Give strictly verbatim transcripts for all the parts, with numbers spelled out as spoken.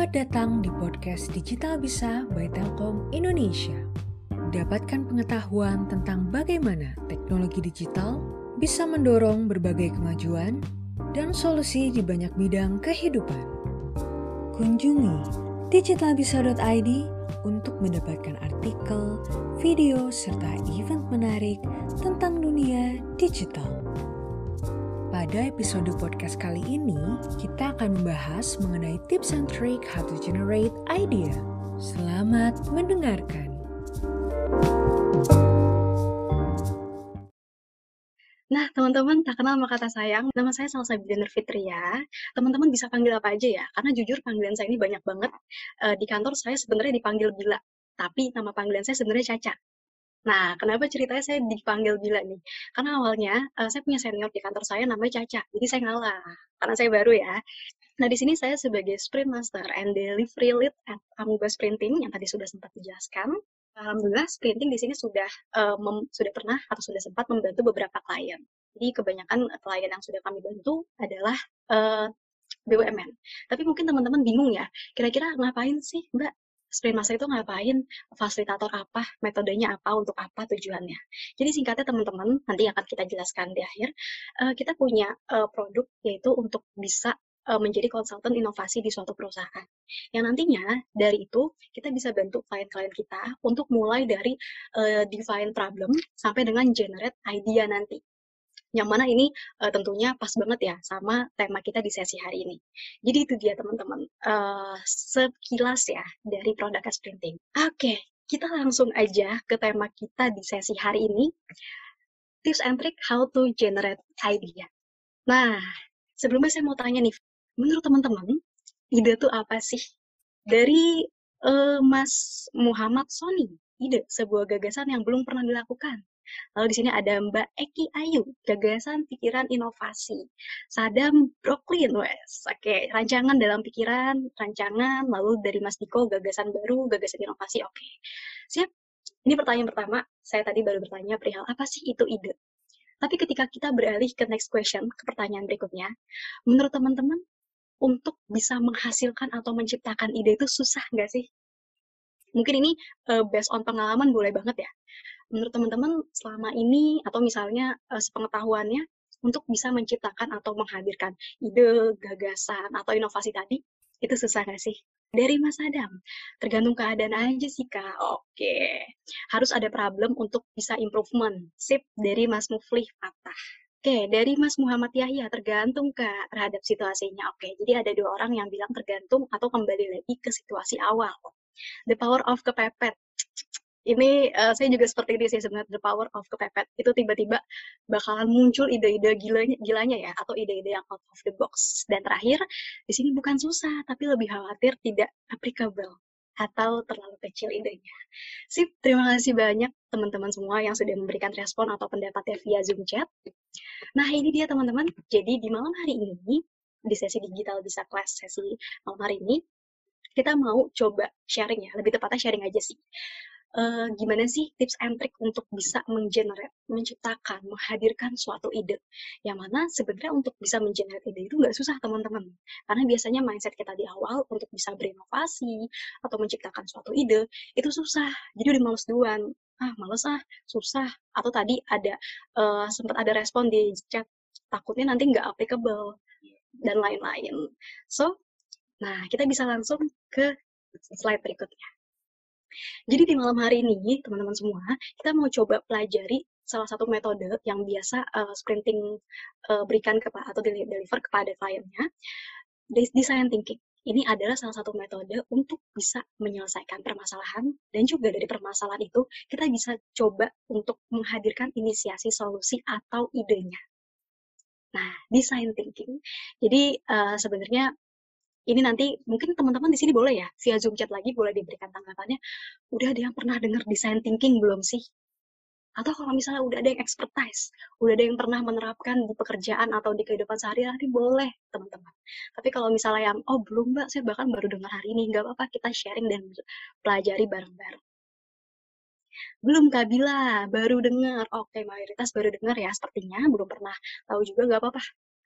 Selamat datang di podcast Digital Bisa by Telkom Indonesia. Dapatkan pengetahuan tentang bagaimana teknologi digital bisa mendorong berbagai kemajuan dan solusi di banyak bidang kehidupan. Kunjungi digitalbisa dot i d untuk mendapatkan artikel, video, serta event menarik tentang dunia digital. Pada episode podcast kali ini, kita akan membahas mengenai tips and trick how to generate idea. Selamat mendengarkan. Nah, teman-teman, tak kenal maka kata sayang, nama saya Salsabila Nurfitria. Teman-teman bisa panggil apa aja ya, karena jujur panggilan saya ini banyak banget. Uh, di kantor saya sebenarnya dipanggil Bila, tapi nama panggilan saya sebenarnya Caca. Nah, kenapa ceritanya saya dipanggil Bila nih? Karena awalnya uh, saya punya senior di kantor saya namanya Caca, jadi saya ngalah, karena saya baru ya. Nah, di sini saya sebagai Sprint Master and Delivery Lead at Amuba Sprinting, yang tadi sudah sempat dijelaskan. Alhamdulillah, Sprinting di sini sudah uh, mem, sudah pernah atau sudah sempat membantu beberapa klien. Jadi kebanyakan klien yang sudah kami bantu adalah uh, B U M N. Tapi mungkin teman-teman bingung ya, kira-kira ngapain sih Mbak? Sprint Master itu ngapain? Fasilitator apa? Metodenya apa? Untuk apa tujuannya? Jadi singkatnya teman-teman, nanti akan kita jelaskan di akhir. Uh, kita punya uh, produk yaitu untuk bisa menjadi konsultan inovasi di suatu perusahaan. Yang nantinya dari itu kita bisa bantu klien-klien kita untuk mulai dari uh, define problem sampai dengan generate idea nanti. Yang mana ini uh, tentunya pas banget ya sama tema kita di sesi hari ini. Jadi itu dia teman-teman, uh, sekilas ya dari produk Sprinting. Oke, okay, kita langsung aja ke tema kita di sesi hari ini. Tips and trick how to generate idea. Nah, sebelumnya saya mau tanya nih, menurut teman-teman, ide itu apa sih? Dari uh, Mas Muhammad Sony, ide sebuah gagasan yang belum pernah dilakukan. Lalu di sini ada Mbak Eki Ayu, gagasan pikiran inovasi. Sadam Brooklyn, wes. Oke, rancangan dalam pikiran, rancangan. Lalu dari Mas Diko, gagasan baru, gagasan inovasi. Oke, siap. Ini pertanyaan pertama. Saya tadi baru bertanya perihal apa sih itu ide. Tapi ketika kita beralih ke next question, ke pertanyaan berikutnya, menurut teman-teman, untuk bisa menghasilkan atau menciptakan ide itu susah nggak sih? Mungkin ini uh, based on pengalaman boleh banget ya. Menurut teman-teman, selama ini, atau misalnya uh, sepengetahuannya, untuk bisa menciptakan atau menghadirkan ide, gagasan, atau inovasi tadi, itu susah nggak sih? Dari Mas Adam, tergantung keadaan aja sih Kak. Oke, harus ada problem untuk bisa improvement. Sip, dari Mas Muflih Fatah. Oke, dari Mas Muhammad Yahya, tergantung Kak terhadap situasinya. Oke, jadi ada dua orang yang bilang tergantung atau kembali lagi ke situasi awal. The power of kepepet. Ini uh, saya juga seperti ini sih sebenarnya, the power of kepepet. Itu tiba-tiba bakalan muncul ide-ide gilanya, gilanya ya, atau ide-ide yang out of the box. Dan terakhir, di sini bukan susah, tapi lebih khawatir tidak applicable atau terlalu kecil idenya. Sip, terima kasih banyak teman-teman semua yang sudah memberikan respon atau pendapatnya via Zoom chat. Nah, ini dia teman-teman. Jadi di malam hari ini, di sesi digital bisa kelas sesi malam hari ini, kita mau coba sharing ya, lebih tepatnya sharing aja sih. Uh, gimana sih tips and trick untuk bisa menggenerate, menciptakan, menghadirkan suatu ide. Yang mana sebenarnya untuk bisa menggenerate ide itu nggak susah teman-teman. Karena biasanya mindset kita di awal untuk bisa berinovasi atau menciptakan suatu ide, itu susah. Jadi udah males duluan. Ah, males ah, susah. Atau tadi ada, uh, sempat ada respon di chat, takutnya nanti nggak applicable, dan lain-lain. So, nah kita bisa langsung ke slide berikutnya. Jadi di malam hari ini, teman-teman semua, kita mau coba pelajari salah satu metode yang biasa uh, Sprinting uh, berikan kepada atau deliver kepada kliennya, design thinking. Ini adalah salah satu metode untuk bisa menyelesaikan permasalahan, dan juga dari permasalahan itu kita bisa coba untuk menghadirkan inisiasi solusi atau idenya. Nah, design thinking. Jadi uh, sebenarnya ini nanti mungkin teman-teman di sini boleh ya, via Zoom chat lagi boleh diberikan tanggapannya, udah ada yang pernah dengar design thinking belum sih? Atau kalau misalnya udah ada yang expertise, udah ada yang pernah menerapkan di pekerjaan atau di kehidupan sehari-hari, boleh teman-teman. Tapi kalau misalnya yang, oh belum mbak, saya bahkan baru dengar hari ini, nggak apa-apa, kita sharing dan pelajari bareng-bareng. Belum Kak Bila, baru dengar. Oke, mayoritas baru dengar ya, sepertinya belum pernah tahu juga, nggak apa-apa.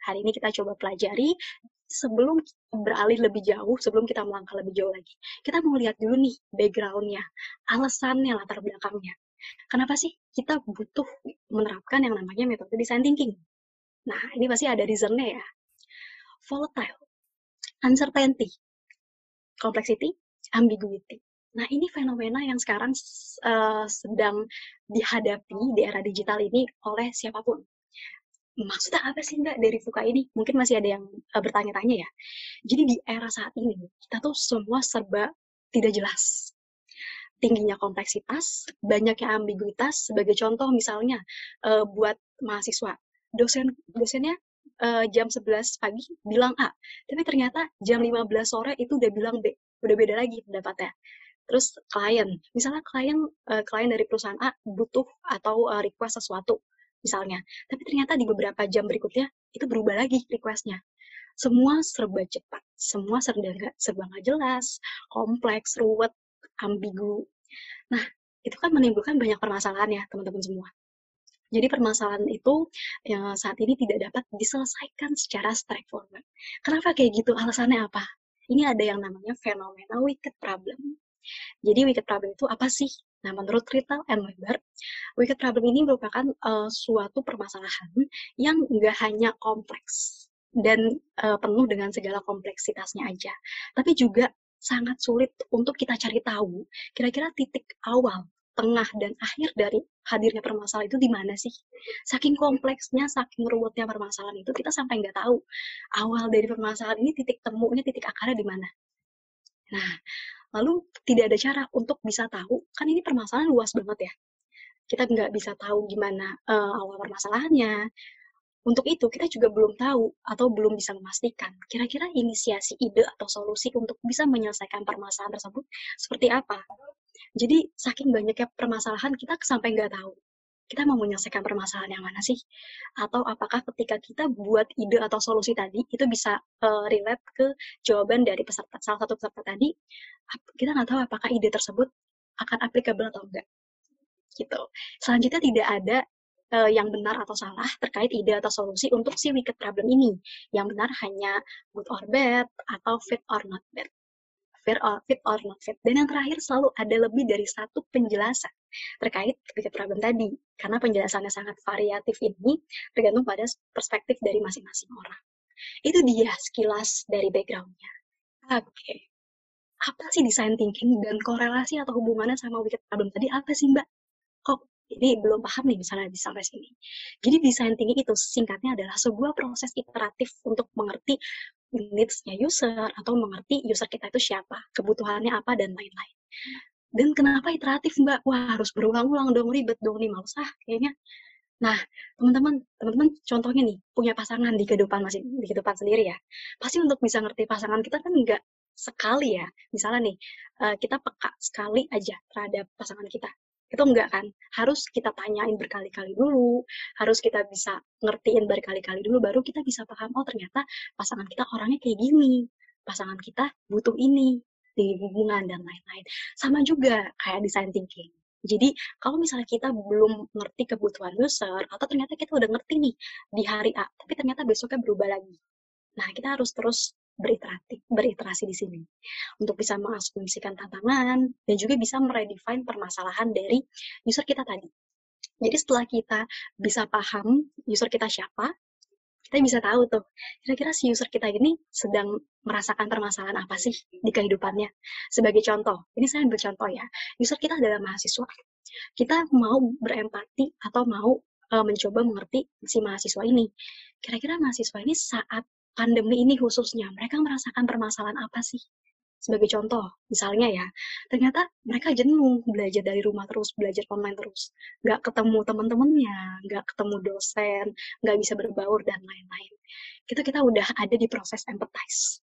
Hari ini kita coba pelajari, sebelum beralih lebih jauh, sebelum kita melangkah lebih jauh lagi, kita mau lihat dulu nih background-nya, alasannya, latar belakangnya. Kenapa sih kita butuh menerapkan yang namanya metode design thinking? Nah, ini pasti ada reason-nya ya. Volatile, uncertainty, complexity, ambiguity. Nah, ini fenomena yang sekarang uh, sedang dihadapi di era digital ini oleh siapapun. Maksudnya apa sih Mbak dari V U K A ini? Mungkin masih ada yang uh, bertanya-tanya ya. Jadi di era saat ini, kita tuh semua serba tidak jelas. Tingginya kompleksitas, banyaknya ambiguitas. Sebagai contoh misalnya, uh, buat mahasiswa, dosen dosennya uh, jam sebelas pagi bilang A, tapi ternyata jam lima belas sore itu udah bilang B, udah beda lagi pendapatnya. Terus klien, misalnya klien uh, klien dari perusahaan A butuh atau uh, request sesuatu, misalnya, tapi ternyata di beberapa jam berikutnya itu berubah lagi requestnya. Semua serba cepat, semua serba nggak serba nggak jelas, kompleks, ruwet, ambigu. Nah, itu kan menimbulkan banyak permasalahan ya teman-teman semua. Jadi permasalahan itu yang saat ini tidak dapat diselesaikan secara straightforward. Kenapa kayak gitu? Alasannya apa? Ini ada yang namanya fenomena wicked problem. Jadi wicked problem itu apa sih? Nah, menurut Rital and Weber, wicked problem ini merupakan uh, suatu permasalahan yang nggak hanya kompleks dan uh, penuh dengan segala kompleksitasnya aja, tapi juga sangat sulit untuk kita cari tahu kira-kira titik awal, tengah, dan akhir dari hadirnya permasalahan itu di mana sih? Saking kompleksnya, saking ruwetnya permasalahan itu, kita sampai nggak tahu awal dari permasalahan ini, titik temunya, titik akarnya di mana. Nah, lalu tidak ada cara untuk bisa tahu, kan ini permasalahan luas banget ya. Kita nggak bisa tahu gimana uh, awal permasalahannya. Untuk itu, kita juga belum tahu atau belum bisa memastikan kira-kira inisiasi ide atau solusi untuk bisa menyelesaikan permasalahan tersebut seperti apa. Jadi, saking banyaknya permasalahan, kita sampai nggak tahu kita mau menyelesaikan permasalahan yang mana sih? Atau apakah ketika kita buat ide atau solusi tadi, itu bisa uh, relate ke jawaban dari peserta, salah satu peserta tadi, kita nggak tahu apakah ide tersebut akan applicable atau enggak. Gitu. Selanjutnya tidak ada uh, yang benar atau salah terkait ide atau solusi untuk si wicked problem ini. Yang benar hanya good or bad atau fit or not bad. Fit or, fit or not fit. Dan yang terakhir selalu ada lebih dari satu penjelasan terkait wicked problem tadi. Karena penjelasannya sangat variatif ini tergantung pada perspektif dari masing-masing orang. Itu dia sekilas dari background-nya. Oke. Okay. Apa sih design thinking dan korelasi atau hubungannya sama wicked problem tadi apa sih Mbak? Kok ini belum paham nih misalnya di sampai sini. Jadi design thinking itu singkatnya adalah sebuah proses iteratif untuk mengerti needs-nya user atau mengerti user kita itu siapa, kebutuhannya apa, dan lain-lain. Dan kenapa iteratif Mbak? Wah harus berulang-ulang dong, ribet dong nih, males ah kayaknya. Nah teman-teman, teman-teman contohnya nih punya pasangan di kehidupan masing di kehidupan sendiri ya. Pasti untuk bisa ngerti pasangan kita kan enggak sekali ya. Misalnya nih kita peka sekali aja terhadap pasangan kita. Itu enggak kan, harus kita tanyain berkali-kali dulu, harus kita bisa ngertiin berkali-kali dulu, baru kita bisa paham, oh ternyata pasangan kita orangnya kayak gini, pasangan kita butuh ini di hubungan dan lain-lain. Sama juga kayak design thinking. Jadi kalau misalnya kita belum ngerti kebutuhan user, atau ternyata kita udah ngerti nih di hari A, tapi ternyata besoknya berubah lagi. Nah kita harus terus beriterasi, beriterasi di sini untuk bisa mengasumsikan tantangan dan juga bisa meredefine permasalahan dari user kita tadi. Jadi setelah kita bisa paham user kita siapa, kita bisa tahu tuh kira-kira si user kita ini sedang merasakan permasalahan apa sih di kehidupannya. Sebagai contoh, ini saya ambil contoh ya, user kita adalah mahasiswa. Kita mau berempati atau mau uh, mencoba mengerti si mahasiswa ini. Kira-kira mahasiswa ini saat pandemi ini khususnya, mereka merasakan permasalahan apa sih? Sebagai contoh, misalnya ya, ternyata mereka jenuh belajar dari rumah terus, belajar online terus. Nggak ketemu teman-temannya, nggak ketemu dosen, nggak bisa berbaur, dan lain-lain. Itu kita udah ada di proses empathize.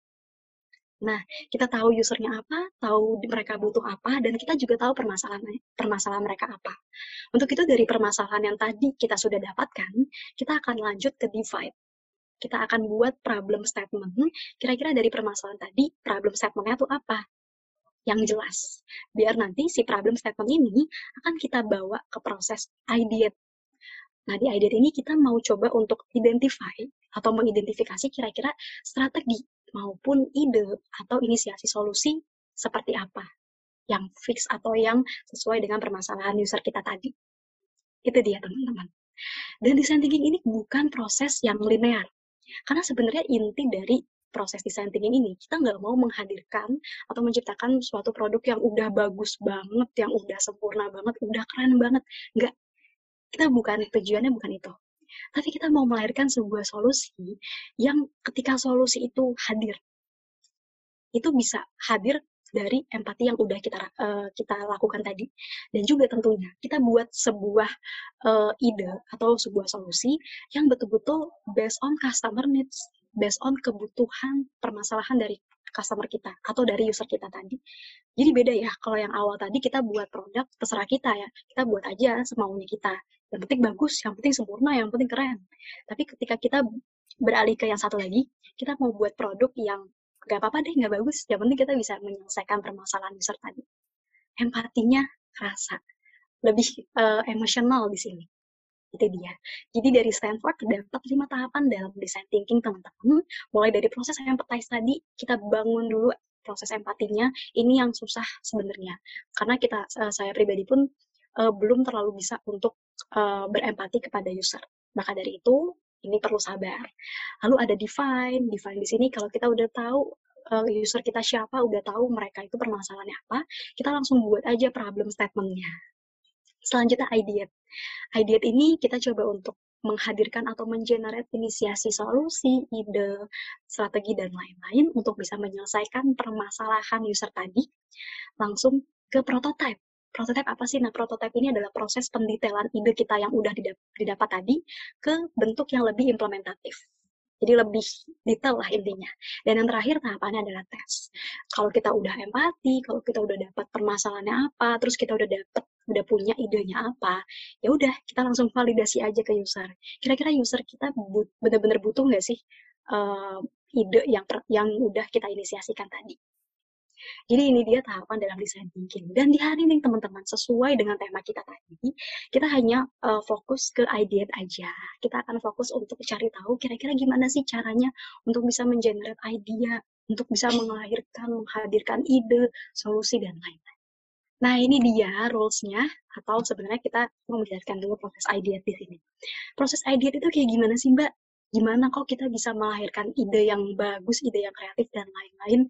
Nah, kita tahu usernya apa, tahu mereka butuh apa, dan kita juga tahu permasalahan permasalahan mereka apa. Untuk itu dari permasalahan yang tadi kita sudah dapatkan, kita akan lanjut ke divide. Kita akan buat problem statement, kira-kira dari permasalahan tadi, problem statement-nya tuh apa? Yang jelas. Biar nanti si problem statement ini akan kita bawa ke proses ideate. Nah, di ideate ini kita mau coba untuk identify atau mengidentifikasi kira-kira strategi maupun ide atau inisiasi solusi seperti apa yang fix atau yang sesuai dengan permasalahan user kita tadi. Itu dia teman-teman. Dan design thinking ini bukan proses yang linear. Karena sebenarnya inti dari proses design thinking ini, kita nggak mau menghadirkan atau menciptakan suatu produk yang udah bagus banget, yang udah sempurna banget, udah keren banget. Nggak, kita bukan, tujuannya bukan itu. Tapi kita mau melahirkan sebuah solusi yang ketika solusi itu hadir, itu bisa hadir dari empati yang udah kita uh, kita lakukan tadi. Dan juga tentunya kita buat sebuah uh, ide atau sebuah solusi yang betul-betul based on customer needs, based on kebutuhan permasalahan dari customer kita atau dari user kita tadi. Jadi beda ya, kalau yang awal tadi kita buat produk, terserah kita ya, kita buat aja semaunya kita. Yang penting bagus, yang penting sempurna, yang penting keren. Tapi ketika kita beralih ke yang satu lagi, kita mau buat produk yang gak apa-apa deh, gak bagus, yang penting kita bisa menyelesaikan permasalahan user tadi. Empatinya kerasa, lebih uh, emosional di sini. Itu dia. Jadi dari Stanford terdapat lima tahapan dalam design thinking teman-teman. Mulai dari proses empathize tadi, kita bangun dulu proses empatinya. Ini yang susah sebenarnya. Karena kita, uh, saya pribadi pun uh, belum terlalu bisa untuk uh, berempati kepada user. Maka dari itu, ini perlu sabar. Lalu ada define. Define di sini kalau kita udah tahu uh, user kita siapa, udah tahu mereka itu permasalahannya apa, kita langsung buat aja problem statement-nya. Selanjutnya ideate. Ideate ini kita coba untuk menghadirkan atau mengenerate inisiasi solusi, ide, strategi, dan lain-lain untuk bisa menyelesaikan permasalahan user tadi. Langsung ke prototype. Prototype apa sih? Nah, prototype ini adalah proses pendetailan ide kita yang udah didapat tadi ke bentuk yang lebih implementatif. Jadi lebih detail lah intinya. Dan yang terakhir tahapannya adalah tes. Kalau kita udah empati, kalau kita udah dapat permasalahannya apa, terus kita udah dapat, udah punya idenya apa, ya udah kita langsung validasi aja ke user. Kira-kira user kita but, benar-benar butuh nggak sih uh, ide yang yang udah kita inisiasikan tadi. Jadi ini dia tahapan dalam design thinking. Dan di hari ini teman-teman, sesuai dengan tema kita tadi, kita hanya uh, fokus ke ideate aja. Kita akan fokus untuk cari tahu kira-kira gimana sih caranya untuk bisa mengenerate idea, untuk bisa melahirkan, menghadirkan ide, solusi, dan lain-lain. Nah, ini dia rules-nya, atau sebenarnya kita mau menjelaskan dulu proses ideate di sini. Proses ideate itu kayak gimana sih, Mbak? Gimana kok kita bisa melahirkan ide yang bagus, ide yang kreatif, dan lain-lain?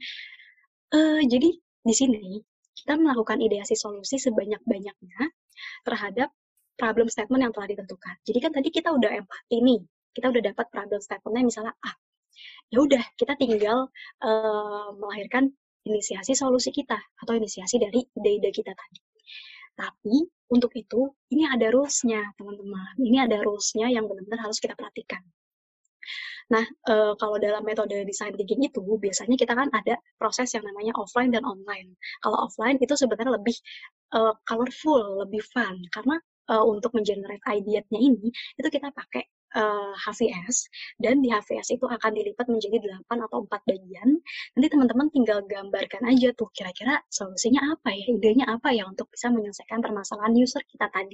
Uh, jadi di sini kita melakukan ideasi solusi sebanyak-banyaknya terhadap problem statement yang telah ditentukan. Jadi kan tadi kita udah empati nih, kita udah dapat problem statementnya misalnya A. Ya udah kita tinggal uh, melahirkan inisiasi solusi kita atau inisiasi dari ide-ide kita tadi. Tapi untuk itu ini ada rules-nya teman-teman. Ini ada rules-nya yang benar-benar harus kita perhatikan. Nah, e, kalau dalam metode design thinking itu, biasanya kita kan ada proses yang namanya offline dan online. Kalau offline itu sebenarnya lebih e, colorful, lebih fun, karena e, untuk mengenerate idea-nya ini, itu kita pakai e, H V S, dan di H V S itu akan dilipat menjadi delapan atau empat bagian. Nanti teman-teman tinggal gambarkan aja tuh, kira-kira solusinya apa ya, idenya apa ya, untuk bisa menyelesaikan permasalahan user kita tadi.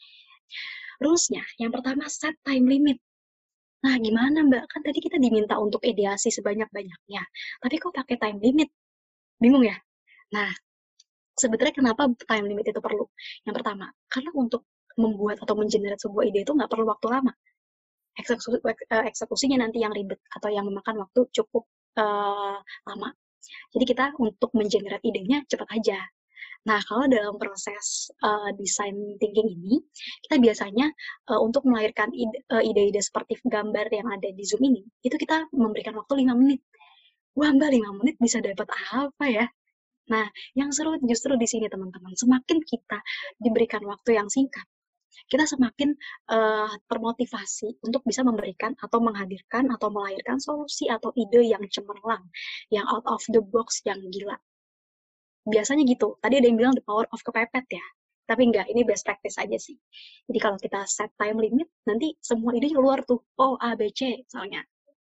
Rules-nya, yang pertama set time limit. Nah, gimana Mbak? Kan tadi kita diminta untuk ideasi sebanyak-banyaknya. Tapi kok pakai time limit? Bingung ya? Nah, sebenarnya kenapa time limit itu perlu? Yang pertama, karena untuk membuat atau mengenerate sebuah ide itu nggak perlu waktu lama. Eksekusi, eksekusinya nanti yang ribet atau yang memakan waktu cukup uh, lama. Jadi kita untuk mengenerate idenya cepat aja. Nah, kalau dalam proses uh, design thinking ini, kita biasanya uh, untuk melahirkan ide, uh, ide-ide seperti gambar yang ada di Zoom ini, itu kita memberikan waktu lima menit. Wah, Mbak, lima menit bisa dapat apa ya? Nah, yang seru justru di sini, teman-teman. Semakin kita diberikan waktu yang singkat, kita semakin uh, termotivasi untuk bisa memberikan atau menghadirkan atau melahirkan solusi atau ide yang cemerlang, yang out of the box, yang gila. Biasanya gitu. Tadi ada yang bilang the power of kepepet ya. Tapi enggak, ini best practice aja sih. Jadi kalau kita set time limit, nanti semua ide keluar tuh. Oh, A, B, C misalnya.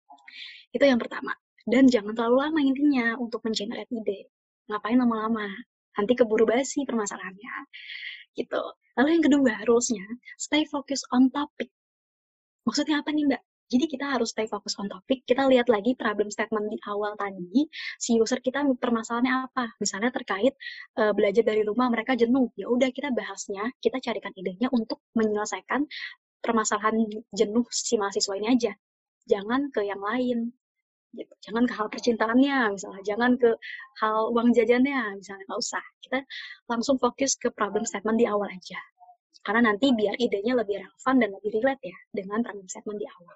Itu yang pertama. Dan jangan terlalu lama intinya untuk mengenerate ide. Ngapain lama-lama? Nanti keburu basi permasalahannya. Gitu. Lalu yang kedua, rules-nya, stay focus on topic. Maksudnya apa nih, Mbak? Jadi kita harus stay fokus on topic, kita lihat lagi problem statement di awal tadi, si user kita permasalahannya apa. Misalnya terkait uh, belajar dari rumah mereka jenuh, ya udah kita bahasnya, kita carikan idenya untuk menyelesaikan permasalahan jenuh si mahasiswa ini aja. Jangan ke yang lain. Gitu. Jangan ke hal percintaannya, misalnya. Jangan ke hal uang jajannya, misalnya. Nggak usah. Kita langsung fokus ke problem statement di awal aja. Karena nanti biar idenya lebih relevan dan lebih relate ya dengan problem statement di awal.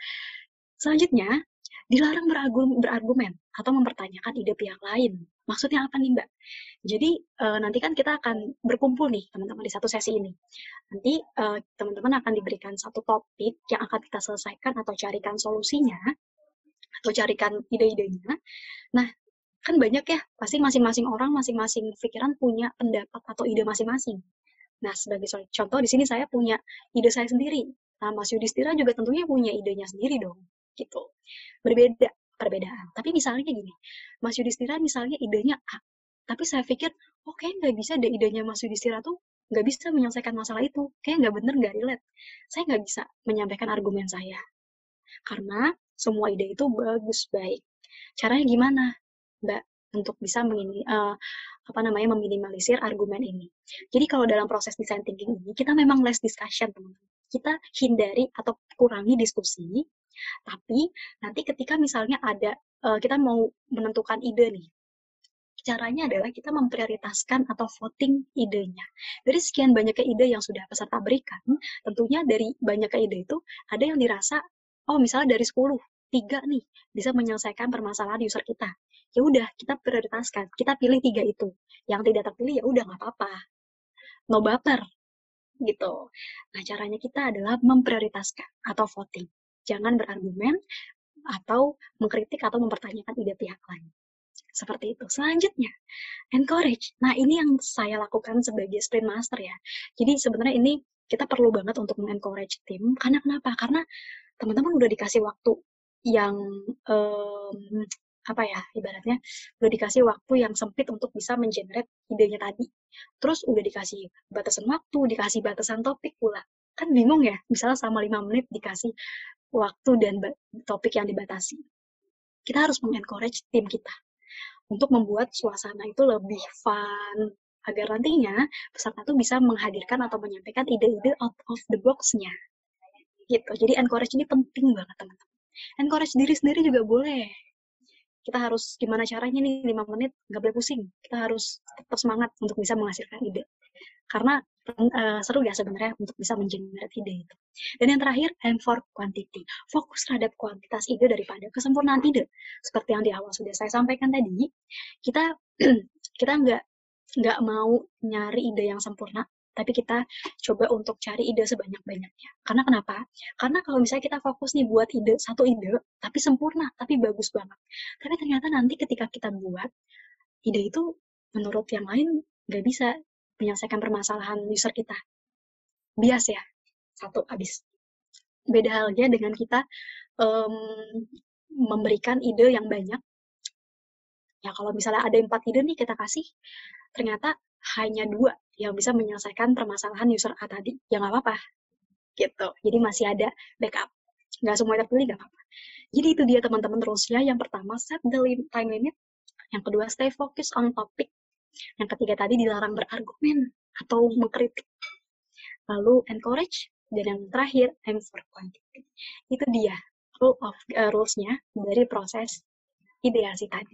Selanjutnya, dilarang berargumen atau mempertanyakan ide pihak lain. Maksudnya apa nih, Mbak? Jadi, uh, nanti kan kita akan berkumpul nih, teman-teman, di satu sesi ini. Nanti uh, teman-teman akan diberikan satu topik yang akan kita selesaikan atau carikan solusinya, atau carikan ide-idenya. Nah, kan banyak ya, pasti masing-masing orang, masing-masing pikiran punya pendapat atau ide masing-masing. Nah, sebagai contoh, di sini saya punya ide saya sendiri. Nah, Mas Yudhistira juga tentunya punya idenya sendiri dong. Gitu. Berbeda perbedaan. Tapi misalnya gini, Mas Yudhistira misalnya idenya A, tapi saya pikir, oh kayak nggak bisa deh idenya Mas Yudhistira tuh nggak bisa menyelesaikan masalah itu, kayak nggak bener, nggak relate. Saya nggak bisa menyampaikan argumen saya. Karena semua ide itu bagus, baik. Caranya gimana, Mbak, untuk bisa mengini, uh, apa namanya, meminimalisir argumen ini? Jadi kalau dalam proses design thinking ini, kita memang less discussion, teman-teman. Kita hindari atau kurangi diskusi, tapi nanti ketika misalnya ada, uh, kita mau menentukan ide nih, caranya adalah kita memprioritaskan atau voting idenya. Dari sekian banyaknya ide yang sudah peserta berikan, tentunya dari banyaknya ide itu, ada yang dirasa, oh misalnya dari sepuluh, tiga nih bisa menyelesaikan permasalahan user kita. Ya udah, kita prioritaskan, kita pilih tiga itu. Yang tidak terpilih ya udah nggak apa-apa. No baper, gitu. Nah, caranya kita adalah memprioritaskan atau voting. Jangan berargumen atau mengkritik atau mempertanyakan ide pihak lain. Seperti itu. Selanjutnya, encourage. Nah, ini yang saya lakukan sebagai sprint master ya. Jadi sebenarnya ini kita perlu banget untuk mengencourage tim. Karena kenapa? Karena teman-teman udah dikasih waktu yang um, apa ya, ibaratnya udah dikasih waktu yang sempit untuk bisa mengenerate idenya tadi. Terus udah dikasih batasan waktu, dikasih batasan topik pula. Kan bingung ya, misalnya sama lima menit dikasih waktu dan topik yang dibatasi. Kita harus mengencourage tim kita untuk membuat suasana itu lebih fun, agar nantinya peserta tuh bisa menghadirkan atau menyampaikan ide-ide out of the box-nya. Gitu. Jadi encourage ini penting banget, teman-teman. Encourage diri sendiri juga boleh. Kita harus gimana caranya nih lima menit, nggak boleh pusing. Kita harus tetap semangat untuk bisa menghasilkan ide. Karena uh, seru ya sebenarnya untuk bisa mengenerate ide itu. Dan yang terakhir, aim for quantity. Fokus terhadap kuantitas ide daripada kesempurnaan ide. Seperti yang di awal sudah saya sampaikan tadi, kita kita nggak nggak mau nyari ide yang sempurna, tapi kita coba untuk cari ide sebanyak-banyaknya. Karena kenapa? Karena kalau misalnya kita fokus nih buat ide, satu ide, tapi sempurna, tapi bagus banget. Tapi ternyata nanti ketika kita buat, ide itu menurut yang lain nggak bisa menyelesaikan permasalahan user kita. Bias ya, satu habis. Beda halnya dengan kita um, memberikan ide yang banyak. Ya kalau misalnya ada empat ide nih kita kasih, ternyata hanya dua yang bisa menyelesaikan permasalahan user A tadi. Ya nggak apa-apa. Gitu. Jadi masih ada backup. Nggak semua terpilih, nggak apa-apa. Jadi itu dia teman-teman rules-nya. Yang pertama, set the time limit. Yang kedua, stay focus on topic. Yang ketiga tadi dilarang berargumen atau mengkritik. Lalu encourage. Dan yang terakhir, aim for quantity. Itu dia rule of uh, rules-nya dari proses ideasi tadi.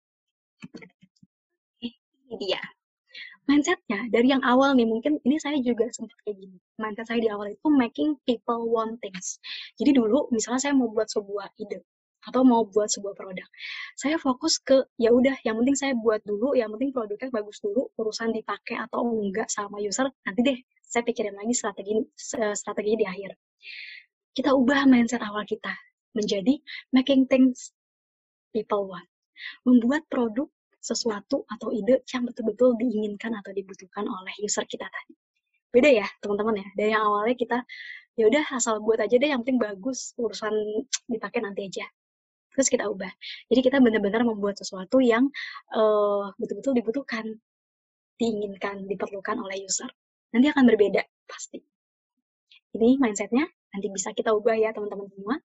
Ini dia. Mindset-nya dari yang awal nih, mungkin ini saya juga sempat kayak gini. Mindset saya di awal itu making people want things. Jadi dulu misalnya saya mau buat sebuah ide atau mau buat sebuah produk, saya fokus ke ya udah yang penting saya buat dulu, yang penting produknya bagus dulu, urusan dipakai atau enggak sama user nanti deh saya pikirin lagi strategi strategi di akhir. Kita ubah mindset awal kita menjadi making things people want. Membuat produk sesuatu atau ide yang betul-betul diinginkan atau dibutuhkan oleh user kita tadi. Beda ya teman-teman ya, dari yang awalnya kita ya udah asal buat aja deh, yang penting bagus, urusan dipakai nanti aja. Terus kita ubah. Jadi kita benar-benar membuat sesuatu yang uh, betul-betul dibutuhkan, diinginkan, diperlukan oleh user. Nanti akan berbeda pasti. Ini mindsetnya nanti bisa kita ubah ya teman-teman semua.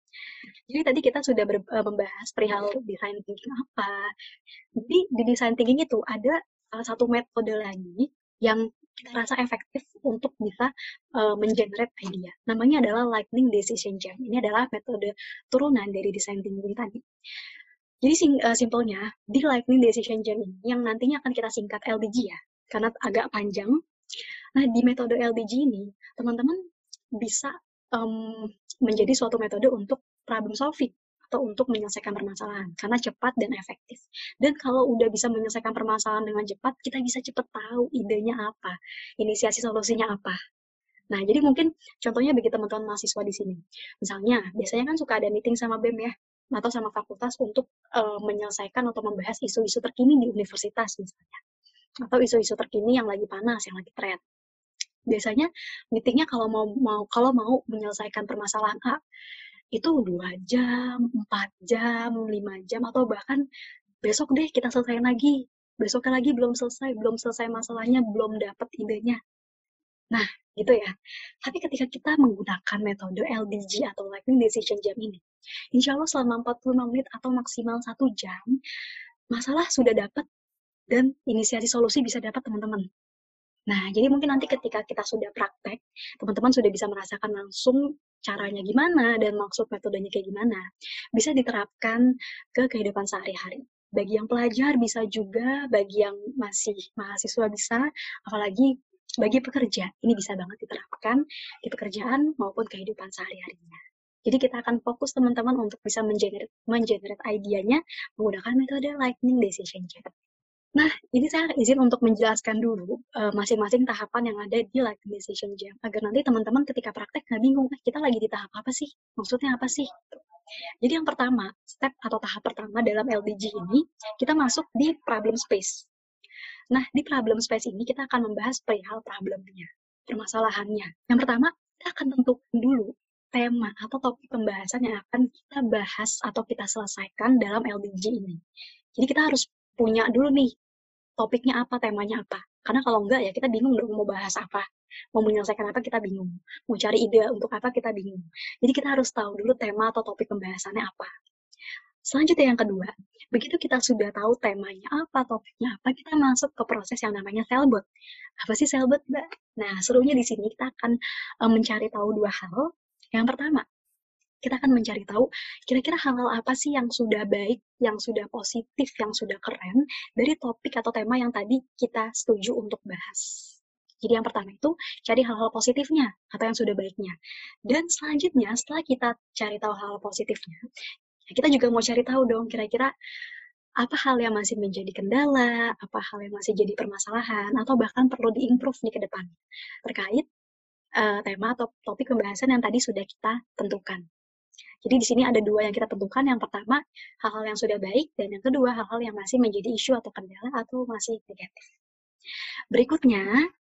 Jadi tadi kita sudah ber, uh, membahas perihal design thinking apa. Jadi di design thinking itu ada salah satu metode lagi yang kita rasa efektif untuk bisa uh, mengenerate idea. Namanya adalah Lightning Decision Jam. Ini adalah metode turunan dari design thinking tadi. Jadi sing, uh, simpelnya, di Lightning Decision Jam ini yang nantinya akan kita singkat L D G ya, karena agak panjang. Nah, di metode L D G ini, teman-teman bisa um, menjadi suatu metode untuk problem solving atau untuk menyelesaikan permasalahan karena cepat dan efektif. Dan kalau udah bisa menyelesaikan permasalahan dengan cepat, kita bisa cepat tahu idenya apa, inisiasi solusinya apa. Nah, jadi mungkin contohnya bagi teman-teman mahasiswa di sini. Misalnya, biasanya kan suka ada meeting sama B E M ya, atau sama fakultas untuk uh, menyelesaikan atau membahas isu-isu terkini di universitas misalnya. Atau isu-isu terkini yang lagi panas, yang lagi tren. Biasanya meetingnya kalau mau mau kalau mau menyelesaikan permasalahan A, itu dua jam, empat jam, lima jam, atau bahkan besok deh kita selesaiin lagi. Besoknya lagi belum selesai, belum selesai masalahnya, belum dapat idenya. Nah, gitu ya. Tapi ketika kita menggunakan metode L D G atau Lightning Decision Jam ini, insya Allah selama empat puluh lima menit atau maksimal satu jam, masalah sudah dapat dan inisiasi solusi bisa dapat teman-teman. Nah, jadi mungkin nanti ketika kita sudah praktek, teman-teman sudah bisa merasakan langsung caranya gimana dan maksud metodenya kayak gimana. Bisa diterapkan ke kehidupan sehari-hari. Bagi yang pelajar bisa juga, bagi yang masih mahasiswa bisa, apalagi bagi pekerja, ini bisa banget diterapkan di pekerjaan maupun kehidupan sehari-harinya. Jadi kita akan fokus teman-teman untuk bisa mengenerate, mengenerate idenya menggunakan metode Lightning Decision Jam. Nah, ini saya izin untuk menjelaskan dulu uh, masing-masing tahapan yang ada di Lightning Decision Jam, agar nanti teman-teman ketika praktek nggak bingung, eh, kita lagi di tahap apa sih? Maksudnya apa sih? Jadi yang pertama, step atau tahap pertama dalam L D G ini, kita masuk di problem space. Nah, di problem space ini kita akan membahas perihal problemnya, permasalahannya. Yang pertama, kita akan tentukan dulu tema atau topik pembahasan yang akan kita bahas atau kita selesaikan dalam L D G ini. Jadi kita harus punya dulu nih, topiknya apa, temanya apa. Karena kalau enggak ya kita bingung dong mau bahas apa. Mau menyelesaikan apa kita bingung. Mau cari ide untuk apa kita bingung. Jadi kita harus tahu dulu tema atau topik pembahasannya apa. Selanjutnya yang kedua, begitu kita sudah tahu temanya apa, topiknya apa, kita masuk ke proses yang namanya Selbot. Apa sih Selbot, Mbak? Nah, serunya di sini kita akan um, mencari tahu dua hal. Yang pertama, kita akan mencari tahu kira-kira hal-hal apa sih yang sudah baik, yang sudah positif, yang sudah keren dari topik atau tema yang tadi kita setuju untuk bahas. Jadi yang pertama itu cari hal-hal positifnya atau yang sudah baiknya. Dan selanjutnya setelah kita cari tahu hal-hal positifnya, kita juga mau cari tahu dong kira-kira apa hal yang masih menjadi kendala, apa hal yang masih jadi permasalahan, atau bahkan perlu diimprove nih ke depan terkait uh, tema atau topik pembahasan yang tadi sudah kita tentukan. Jadi di sini ada dua yang kita tentukan. Yang pertama, hal-hal yang sudah baik, dan yang kedua, hal-hal yang masih menjadi isu atau kendala atau masih negatif. Berikutnya,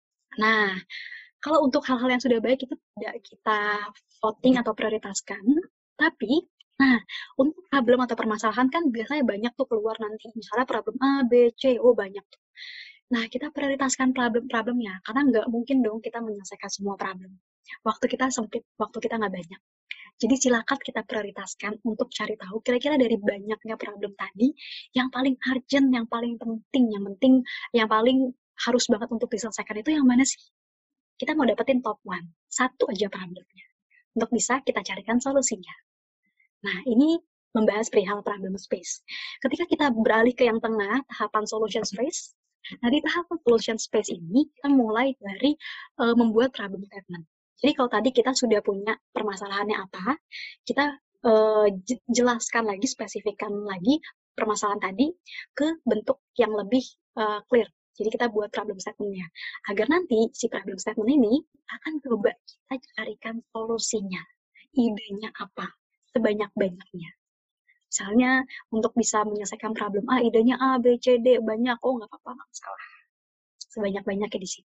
nah, kalau untuk hal-hal yang sudah baik itu tidak kita voting atau prioritaskan, tapi nah, untuk problem atau permasalahan kan biasanya banyak tuh keluar nanti. Misalnya problem A, B, C, oh banyak tuh. Nah, kita prioritaskan problem-problemnya, karena nggak mungkin dong kita menyelesaikan semua problem. Waktu kita sempit, waktu kita nggak banyak. Jadi silakan kita prioritaskan untuk cari tahu kira-kira dari banyaknya problem tadi, yang paling urgent, yang paling penting, yang penting, yang paling harus banget untuk diselesaikan itu yang mana sih? Kita mau dapetin top one, satu aja problemnya, untuk bisa kita carikan solusinya. Nah, ini membahas perihal problem space. Ketika kita beralih ke yang tengah, tahapan solution space, nah di tahapan solution space ini, kita mulai dari uh, membuat problem statement. Jadi kalau tadi kita sudah punya permasalahannya apa, kita uh, jelaskan lagi, spesifikkan lagi permasalahan tadi ke bentuk yang lebih uh, clear. Jadi kita buat problem statement-nya. Agar nanti si problem statement ini akan coba kita carikan solusinya. Idenya apa? Sebanyak-banyaknya. Misalnya untuk bisa menyelesaikan problem A, idenya A, B, C, D, banyak. Oh, nggak apa-apa, nggak masalah. Sebanyak-banyaknya di sini.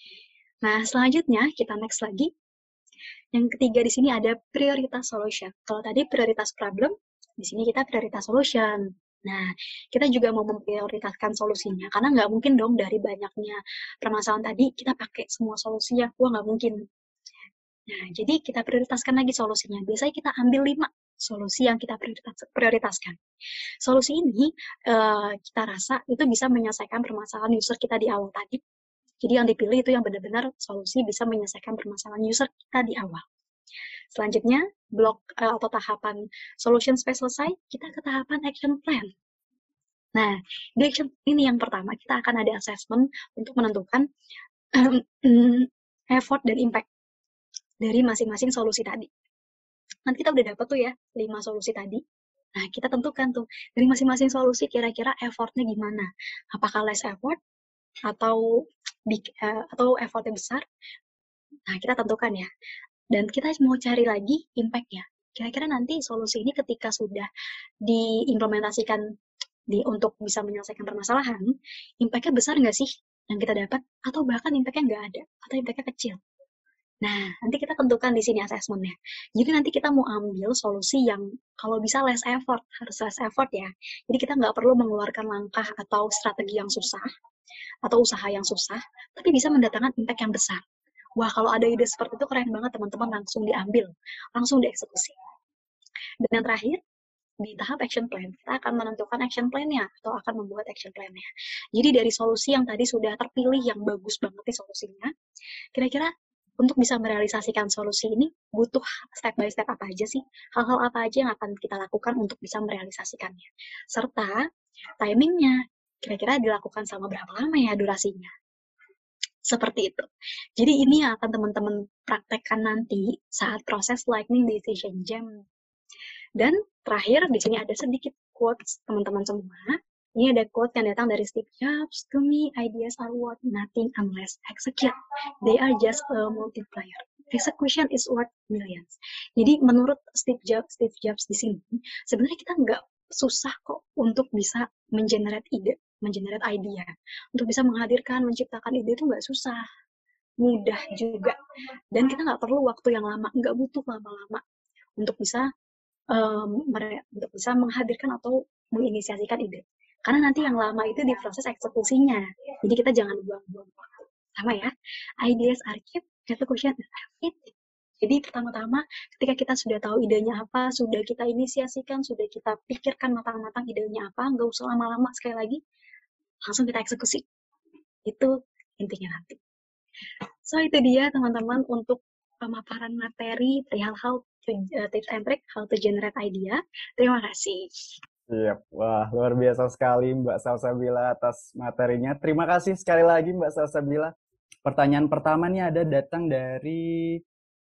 Nah, selanjutnya kita next lagi. Yang ketiga di sini ada prioritas solution. Kalau tadi prioritas problem, di sini kita prioritas solution. Nah, kita juga mau memprioritaskan solusinya, karena nggak mungkin dong dari banyaknya permasalahan tadi kita pakai semua solusinya. Wah, nggak mungkin. Nah, jadi kita prioritaskan lagi solusinya. Biasanya kita ambil lima solusi yang kita prioritas, prioritaskan. Solusi ini uh, kita rasa itu bisa menyelesaikan permasalahan user kita di awal tadi. Jadi yang dipilih itu yang benar-benar solusi bisa menyelesaikan permasalahan user kita di awal. Selanjutnya, blok uh, atau tahapan solution space selesai, kita ke tahapan action plan. Nah, di action ini yang pertama, kita akan ada assessment untuk menentukan um, effort dan impact dari masing-masing solusi tadi. Nanti kita udah dapat tuh ya, lima solusi tadi. Nah, kita tentukan tuh, dari masing-masing solusi kira-kira effortnya gimana. Apakah less effort, atau big, uh, atau effortnya besar. Nah, kita tentukan ya. Dan kita mau cari lagi impact-nya. Kira-kira nanti solusi ini ketika sudah diimplementasikan di, untuk bisa menyelesaikan permasalahan, impact-nya besar nggak sih yang kita dapat? Atau bahkan impact-nya nggak ada, atau impact-nya kecil. Nah, nanti kita tentukan di sini assessment-nya. Jadi nanti kita mau ambil solusi yang kalau bisa less effort, harus less effort ya. Jadi kita nggak perlu mengeluarkan langkah atau strategi yang susah, atau usaha yang susah, tapi bisa mendatangkan impact yang besar. Wah, kalau ada ide seperti itu keren banget teman-teman, langsung diambil, langsung dieksekusi. Dan yang terakhir, di tahap action plan, kita akan menentukan action plan-nya atau akan membuat action plan-nya. Jadi dari solusi yang tadi sudah terpilih yang bagus banget nih solusinya, kira-kira untuk bisa merealisasikan solusi ini butuh step by step apa aja sih? Hal-hal apa aja yang akan kita lakukan untuk bisa merealisasikannya? Serta timingnya, kira-kira dilakukan selama berapa lama ya durasinya? Seperti itu. Jadi ini yang akan teman-teman praktekkan nanti saat proses Lightning Decision Jam. Dan terakhir, di sini ada sedikit quotes teman-teman semua. Ini ada quote yang datang dari Steve Jobs. To me, ideas are worth nothing unless executed. They are just a multiplier. Execution is worth millions. Jadi menurut Steve Jobs, Steve Jobs di sini, sebenarnya kita nggak susah kok untuk bisa mengenerate ide, mengenerate idea. Untuk bisa menghadirkan, menciptakan ide itu nggak susah. Mudah juga. Dan kita nggak perlu waktu yang lama, nggak butuh lama-lama untuk bisa um, untuk bisa menghadirkan atau menginisiasikan ide. Karena nanti yang lama itu di proses eksekusinya. Jadi kita jangan buang-buang waktu. Sama ya, ideas are cheap, execution is everything. Jadi pertama-tama ketika kita sudah tahu idenya apa, sudah kita inisiasikan, sudah kita pikirkan matang-matang idenya apa, nggak usah lama-lama sekali lagi, langsung kita eksekusi. Itu intinya nanti. So itu dia teman-teman untuk pemaparan materi perihal how to, uh, tips and trick how to generate idea. Terima kasih. Siap. Wah, luar biasa sekali Mbak Salsabila atas materinya. Terima kasih sekali lagi Mbak Salsabila. Pertanyaan pertama nih ada datang dari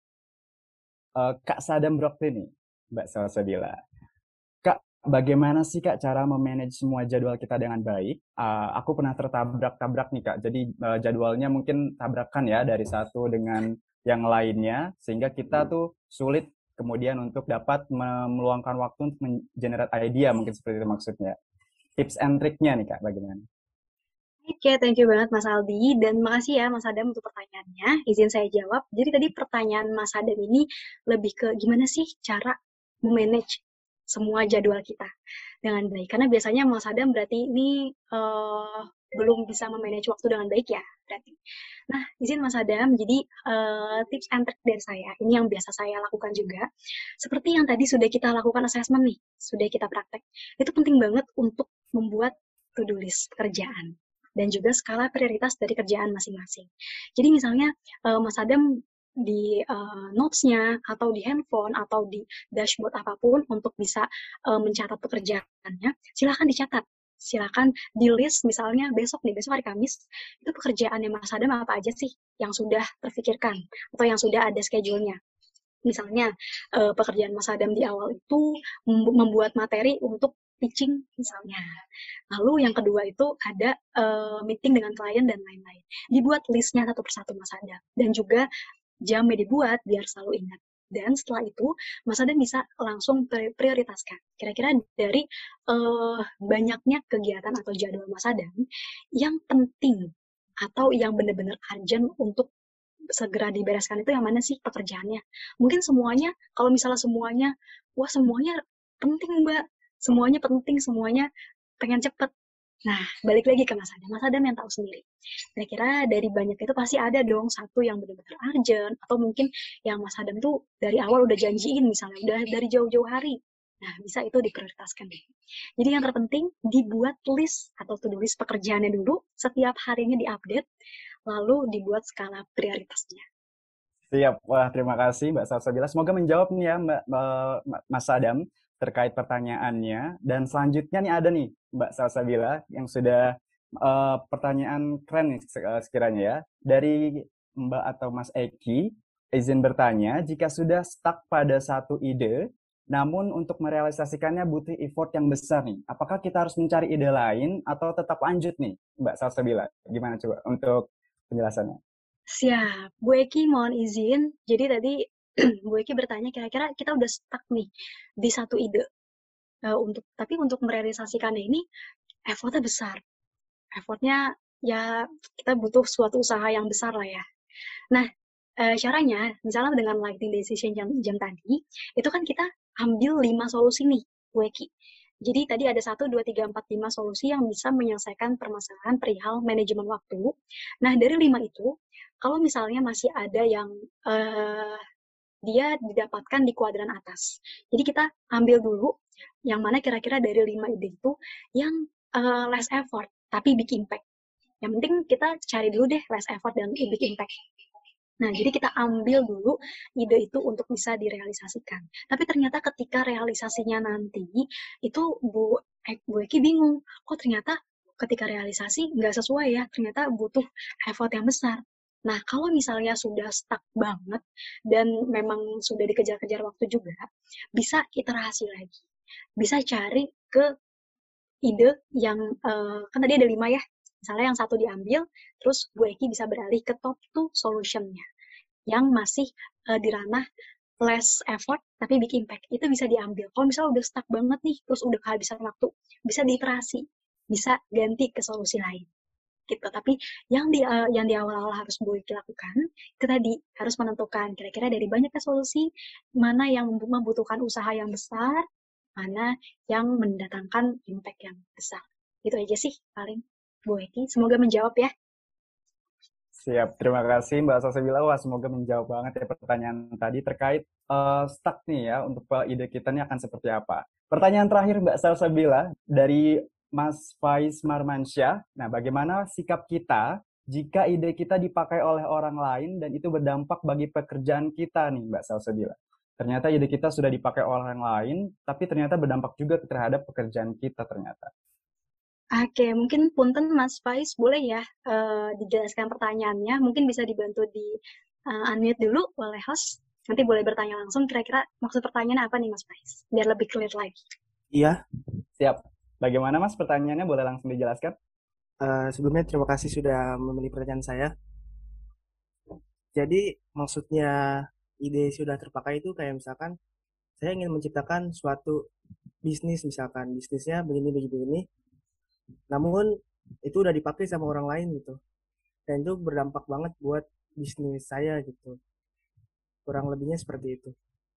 uh, Kak Sadam Brokti nih, Mbak Salsabila. Kak, bagaimana sih Kak cara memanage semua jadwal kita dengan baik? Uh, aku pernah tertabrak-tabrak nih Kak. Jadi uh, jadwalnya mungkin tabrakan ya dari satu dengan yang lainnya, sehingga kita tuh sulit kemudian untuk dapat meluangkan waktu untuk mengenerate idea, mungkin seperti itu maksudnya. Tips and trick-nya nih Kak, bagaimana? Oke, okay, thank you banget Mas Aldi, dan makasih ya Mas Adam untuk pertanyaannya. Izin saya jawab. Jadi tadi pertanyaan Mas Adam ini lebih ke gimana sih cara memanage semua jadwal kita dengan baik. Karena biasanya Mas Adam berarti ini uh, belum bisa memanage waktu dengan baik ya, berarti. Nah, izin Mas Adam, jadi uh, tips and trick dari saya, ini yang biasa saya lakukan juga. Seperti yang tadi sudah kita lakukan assessment nih, sudah kita praktek. Itu penting banget untuk membuat to-do list pekerjaan dan juga skala prioritas dari kerjaan masing-masing. Jadi misalnya uh, Mas Adam di uh, notes-nya atau di handphone atau di dashboard apapun untuk bisa uh, mencatat pekerjaannya, silakan dicatat. Silakan di list misalnya besok nih, besok hari Kamis, itu pekerjaannya Mas Adam apa aja sih yang sudah terfikirkan atau yang sudah ada schedule-nya. Misalnya uh, pekerjaan Mas Adam di awal itu membuat materi untuk pitching misalnya. Lalu yang kedua itu ada uh, meeting dengan klien dan lain-lain. Dibuat listnya satu persatu Mas Adam. Dan juga jamnya dibuat biar selalu ingat. Dan setelah itu Mas Adam bisa langsung prioritaskan. Kira-kira dari uh, banyaknya kegiatan atau jadwal Mas Adam yang penting atau yang benar-benar urgent untuk segera dibereskan itu yang mana sih pekerjaannya. Mungkin semuanya, kalau misalnya semuanya, wah semuanya penting Mbak. Semuanya penting, semuanya pengen cepet. Nah, balik lagi ke Mas Adam. Mas Adam yang tahu sendiri. Kira-kira dari banyak itu pasti ada dong satu yang benar-benar urgent, atau mungkin yang Mas Adam tuh dari awal udah janjiin misalnya, udah dari jauh-jauh hari. Nah, bisa itu diprioritaskan deh. Jadi yang terpenting dibuat list atau to-do list pekerjaannya dulu, setiap harinya diupdate, lalu dibuat skala prioritasnya. Siap. Wah, terima kasih Mbak Salsabila. Semoga menjawab nih ya Mbak, Mbak- Mas Adam terkait pertanyaannya. Dan selanjutnya nih ada nih Mbak Salsabila yang sudah eh, pertanyaan keren nih se- eh, sekiranya ya. Dari Mbak atau Mas Eki, izin bertanya, jika sudah stuck pada satu ide, namun untuk merealisasikannya butuh effort yang besar nih, apakah kita harus mencari ide lain atau tetap lanjut nih Mbak Salsabila? Gimana coba untuk penjelasannya? Siap. Bu Eki mohon izin. Jadi tadi Bu Eki bertanya kira-kira kita udah stuck nih di satu ide. Eh, untuk tapi untuk merealisasikannya ini effortnya besar. Effortnya ya kita butuh suatu usaha yang besar lah ya. Nah, eh, caranya misalnya dengan lighting decision jam, jam tadi, itu kan kita ambil lima solusi nih, Bu Eki. Jadi tadi ada satu, dua, tiga, empat, lima solusi yang bisa menyelesaikan permasalahan perihal manajemen waktu. Nah, dari lima itu, kalau misalnya masih ada yang eh, dia didapatkan di kuadran atas. Jadi kita ambil dulu yang mana kira-kira dari lima ide itu yang eh, less effort, tapi big impact. Yang penting kita cari dulu deh less effort dan big impact. Nah, jadi kita ambil dulu ide itu untuk bisa direalisasikan. Tapi ternyata ketika realisasinya nanti, itu Bu, eh, Bu Eki bingung. Kok ternyata ketika realisasi nggak sesuai ya, ternyata butuh effort yang besar. Nah, kalau misalnya sudah stuck banget dan memang sudah dikejar-kejar waktu juga, bisa iterasi lagi. Bisa cari ke ide yang, eh, kan tadi ada lima ya, misalnya yang satu diambil, terus Bu Eki bisa beralih ke top two solution-nya yang masih uh, di ranah less effort tapi big impact itu bisa diambil. Kalau misalnya udah stuck banget nih, terus udah kehabisan waktu, bisa diiterasi, bisa ganti ke solusi lain gitu. Tapi yang di uh, yang di awal-awal harus Bu Iki lakukan itu tadi harus menentukan kira-kira dari banyaknya solusi mana yang membutuhkan usaha yang besar, mana yang mendatangkan impact yang besar. Itu aja sih paling Bu Iki. Semoga menjawab ya. Siap, terima kasih Mbak Salsabila. Wah, semoga menjawab banget ya pertanyaan tadi terkait uh, stuck nih ya untuk uh, ide kita ini akan seperti apa. Pertanyaan terakhir Mbak Salsabila dari Mas Faiz Marmansyah. Nah, bagaimana sikap kita jika ide kita dipakai oleh orang lain dan itu berdampak bagi pekerjaan kita nih Mbak Salsabila? Ternyata ide kita sudah dipakai oleh orang lain, tapi ternyata berdampak juga terhadap pekerjaan kita ternyata. Oke, mungkin punten Mas Faiz, boleh ya eh, dijelaskan pertanyaannya? Mungkin bisa dibantu di eh, unmute dulu oleh host. Nanti boleh bertanya langsung, kira-kira maksud pertanyaannya apa nih Mas Faiz? Biar lebih clear lagi. Iya, Siap. Bagaimana Mas pertanyaannya? Boleh langsung dijelaskan? eh, sebelumnya terima kasih sudah memilih pertanyaan saya. Jadi maksudnya ide sudah terpakai itu kayak misalkan saya ingin menciptakan suatu bisnis misalkan bisnisnya begini begini begini, namun itu udah dipakai sama orang lain gitu dan itu berdampak banget buat bisnis saya gitu. Kurang lebihnya seperti itu.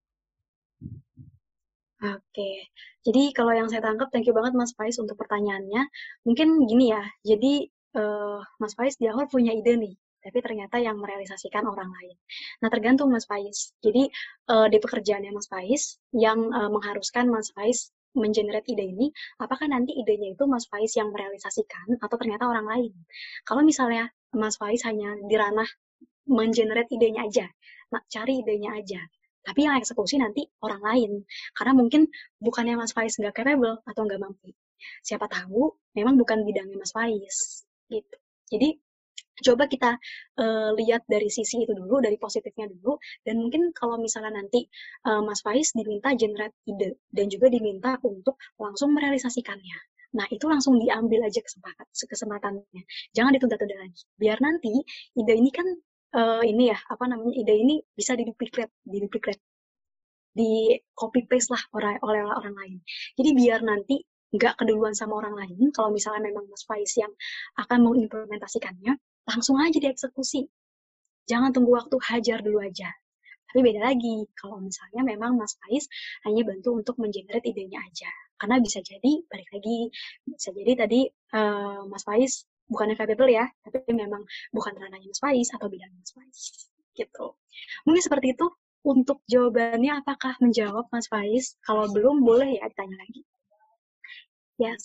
Oke, jadi kalau yang saya tangkap, thank you banget Mas Faiz untuk pertanyaannya. Mungkin gini ya, jadi eh, Mas Faiz di awal punya ide nih, tapi ternyata yang merealisasikan orang lain. Nah, tergantung Mas Faiz. Jadi eh, di pekerjaannya Mas Faiz, yang eh, mengharuskan Mas Faiz mengenerate ide ini, apakah nanti idenya itu Mas Faiz yang merealisasikan atau ternyata orang lain? Kalau misalnya Mas Faiz hanya di ranah mengenerate idenya aja, nah, cari idenya aja. Tapi yang eksekusi nanti orang lain. Karena mungkin bukannya Mas Faiz nggak capable atau nggak mampu. Siapa tahu memang bukan bidangnya Mas Faiz. Gitu. Jadi coba kita uh, lihat dari sisi itu dulu, dari positifnya dulu. Dan mungkin kalau misalnya nanti uh, Mas Faiz diminta generate ide dan juga diminta untuk langsung merealisasikannya. Nah, itu langsung diambil aja kesempatan, kesempatannya. Jangan ditunda-tunda lagi. Biar nanti ide ini kan uh, ini ya, apa namanya, ide ini bisa diduplicate, diduplicate, di copy paste lah oleh, oleh orang lain. Jadi biar nanti nggak keduluan sama orang lain, kalau misalnya memang Mas Faiz yang akan mengimplementasikannya, langsung aja dieksekusi. Jangan tunggu waktu, hajar dulu aja. Tapi beda lagi, kalau misalnya memang Mas Faiz hanya bantu untuk mengenerate idenya aja. Karena bisa jadi, balik lagi, bisa jadi tadi uh, Mas Faiz bukannya capable ya, tapi memang bukan ranahnya Mas Faiz atau bidangnya Mas Faiz. Gitu. Mungkin seperti itu Untuk jawabannya apakah menjawab, Mas Faiz? Kalau belum, boleh ya ditanya lagi. Yes.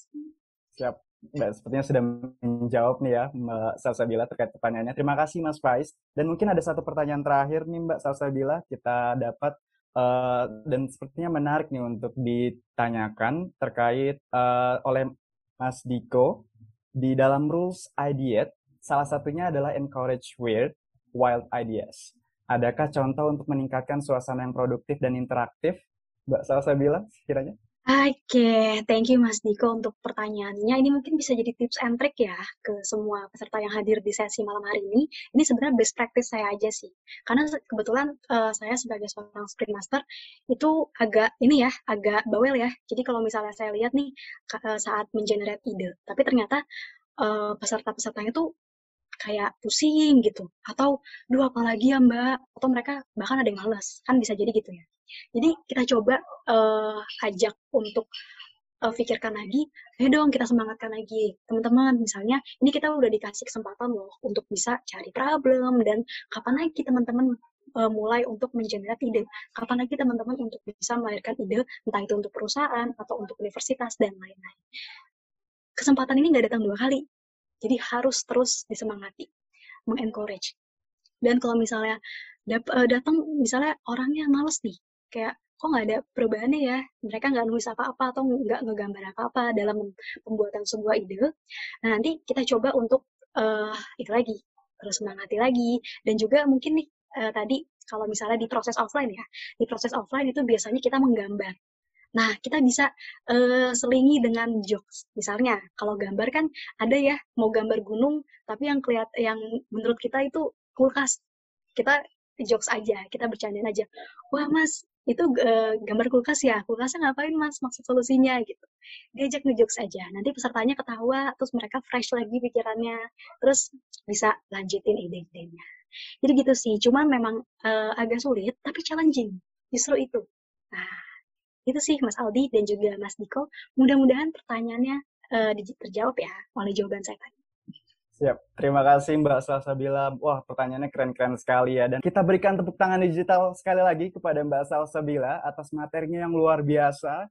Siap. Mbak, sepertinya sudah menjawab nih ya Mbak Salsabila terkait pertanyaannya. Terima kasih Mas Faiz. Dan mungkin ada satu pertanyaan terakhir nih Mbak Salsabila kita dapat uh, dan sepertinya menarik nih untuk ditanyakan terkait uh, oleh Mas Diko. Di dalam rules ideate, salah satunya adalah encourage weird, wild ideas. Adakah contoh untuk meningkatkan suasana yang produktif dan interaktif? Mbak Salsabila, sekiranya? Oke, okay, thank you Mas Diko untuk pertanyaannya. Ini mungkin bisa jadi tips and trick ya ke semua peserta yang hadir di sesi malam hari ini. Ini sebenarnya best practice saya aja sih. Karena kebetulan uh, saya sebagai seorang Scrum Master itu agak ini ya, agak bawel ya. Jadi kalau misalnya saya lihat nih uh, saat mengenerate ide, tapi ternyata uh, peserta-pesertanya tuh kayak pusing gitu. Atau, duh apalagi ya mbak? Atau mereka bahkan ada yang males. Kan bisa jadi gitu ya. Jadi kita coba uh, ajak untuk uh, pikirkan lagi, ayo dong kita semangatkan lagi. Teman-teman, misalnya ini kita udah dikasih kesempatan loh untuk bisa cari problem dan kapan lagi teman-teman uh, mulai untuk mengenerate ide. Kapan lagi teman-teman untuk bisa melahirkan ide, entah itu untuk perusahaan atau untuk universitas dan lain-lain. Kesempatan ini nggak datang dua kali, jadi harus terus disemangati, mengencourage. Dan kalau misalnya datang misalnya orangnya males nih, kayak kok nggak ada perubahannya ya, mereka nggak nulis apa-apa atau nggak ngegambar apa-apa dalam pembuatan sebuah ide. Nah nanti kita coba untuk uh, itu lagi, terus semangati lagi. Dan juga mungkin nih uh, tadi kalau misalnya di proses offline ya, di proses offline itu biasanya kita menggambar. Nah kita bisa uh, selingi dengan jokes. Misalnya kalau gambar kan ada ya mau gambar gunung, tapi yang kelihat yang menurut kita itu kulkas. Kita jokes aja, kita bercandain aja. Wah mas, itu uh, gambar kulkas ya, kulkasnya ngapain mas, maksud solusinya gitu. Diajak ngejokes aja, nanti pesertanya ketawa, terus mereka fresh lagi pikirannya, terus bisa lanjutin ide-idenya. Jadi gitu sih, cuman memang uh, agak sulit, tapi challenging, justru itu. Nah, itu sih Mas Aldi dan juga Mas Diko. Mudah-mudahan pertanyaannya uh, terjawab ya oleh jawaban saya tadi. Siap, terima kasih Mbak Salsabila. Wah, pertanyaannya keren-keren sekali ya. Dan kita berikan tepuk tangan digital sekali lagi kepada Mbak Salsabila atas materinya yang luar biasa.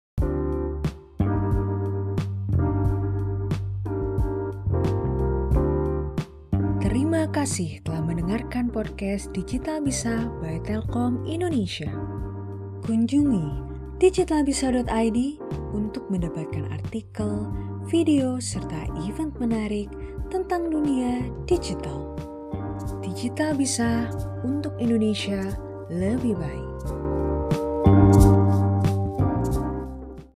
Terima kasih telah mendengarkan podcast Digital Bisa by Telkom Indonesia. Kunjungi digitalbisa dot i d untuk mendapatkan artikel, video, serta event menarik tentang dunia digital. Digital Bisa untuk Indonesia lebih baik.